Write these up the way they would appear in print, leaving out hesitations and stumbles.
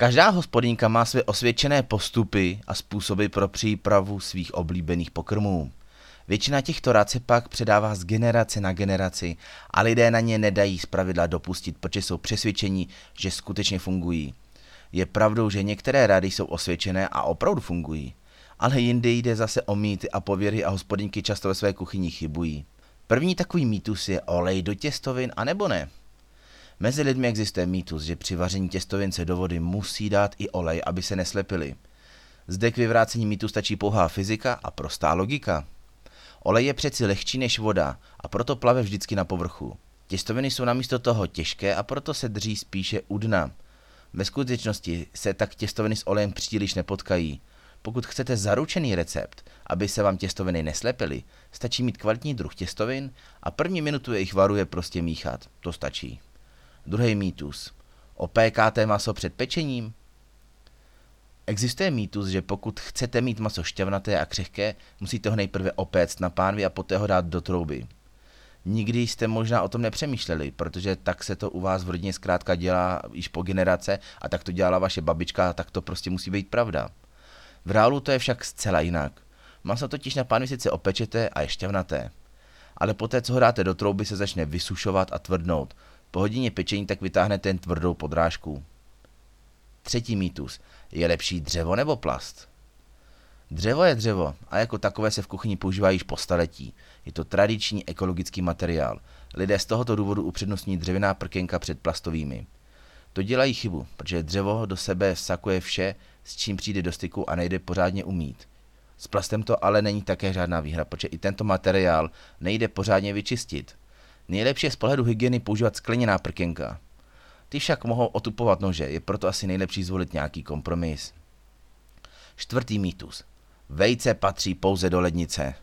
Každá hospodyňka má své osvědčené postupy a způsoby pro přípravu svých oblíbených pokrmů. Většina těchto rad se pak předává z generace na generaci a lidé na ně nedají zpravidla dopustit, protože jsou přesvědčení, že skutečně fungují. Je pravdou, že některé rady jsou osvědčené a opravdu fungují, ale jindy jde zase o mýty a pověry a hospodyňky často ve své kuchyni chybují. První takový mýtus je olej do těstovin a nebo ne. Mezi lidmi existuje mýtus, že při vaření těstovin se do vody musí dát i olej, aby se neslepily. Zde k vyvrácení mýtu stačí pouhá fyzika a prostá logika. Olej je přeci lehčí než voda a proto plave vždycky na povrchu. Těstoviny jsou namísto toho těžké a proto se drží spíše u dna. Ve skutečnosti se tak těstoviny s olejem příliš nepotkají. Pokud chcete zaručený recept, aby se vám těstoviny neslepily, stačí mít kvalitní druh těstovin a první minutu jejich varu je prostě míchat. To stačí. Druhý mýtus. Opékáte maso před pečením? Existuje mýtus, že pokud chcete mít maso šťavnaté a křehké, musíte ho nejprve opéct na pánvi a poté ho dát do trouby. Nikdy jste možná o tom nepřemýšleli, protože tak se to u vás v rodině zkrátka dělá již po generace a tak to dělala vaše babička a tak to prostě musí být pravda. V reálu to je však zcela jinak. Maso totiž na pánvi sice opečete a je šťavnaté, ale poté, co ho dáte do trouby, se začne vysušovat a tvrdnout. Po hodině pečení tak vytáhnete jen tvrdou podrážku. Třetí mýtus. Je lepší dřevo nebo plast? Dřevo je dřevo a jako takové se v kuchyni používá již po staletí. Je to tradiční ekologický materiál. Lidé z tohoto důvodu upřednostní dřevěná prkénka před plastovými. To dělají chybu, protože dřevo do sebe vsakuje vše, s čím přijde do styku a nejde pořádně umýt. S plastem to ale není také žádná výhra, protože i tento materiál nejde pořádně vyčistit. Nejlepší je z pohledu hygieny používat skleněná prkénka. Ty však mohou otupovat nože, je proto asi nejlepší zvolit nějaký kompromis. Čtvrtý mýtus. Vejce patří pouze do lednice.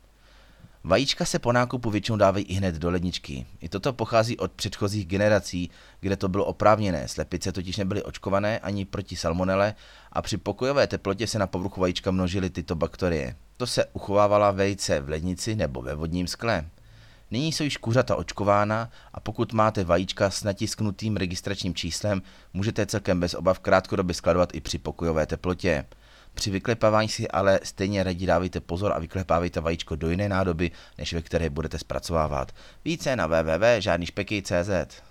Vajíčka se po nákupu většinou dávají i hned do ledničky. I toto pochází od předchozích generací, kde to bylo oprávněné. Slepice totiž nebyly očkované ani proti salmonele a při pokojové teplotě se na povrchu vajíčka množily tyto bakterie. To se uchovávala vejce v lednici nebo ve vodním skle. Nyní jsou již kuřata očkována a pokud máte vajíčka s natisknutým registračním číslem, můžete celkem bez obav krátkodobě skladovat i při pokojové teplotě. Při vyklepávání si ale stejně raději dávejte pozor a vyklepávejte vajíčko do jiné nádoby, než ve které budete zpracovávat. Více na www.žádnyšpeky.cz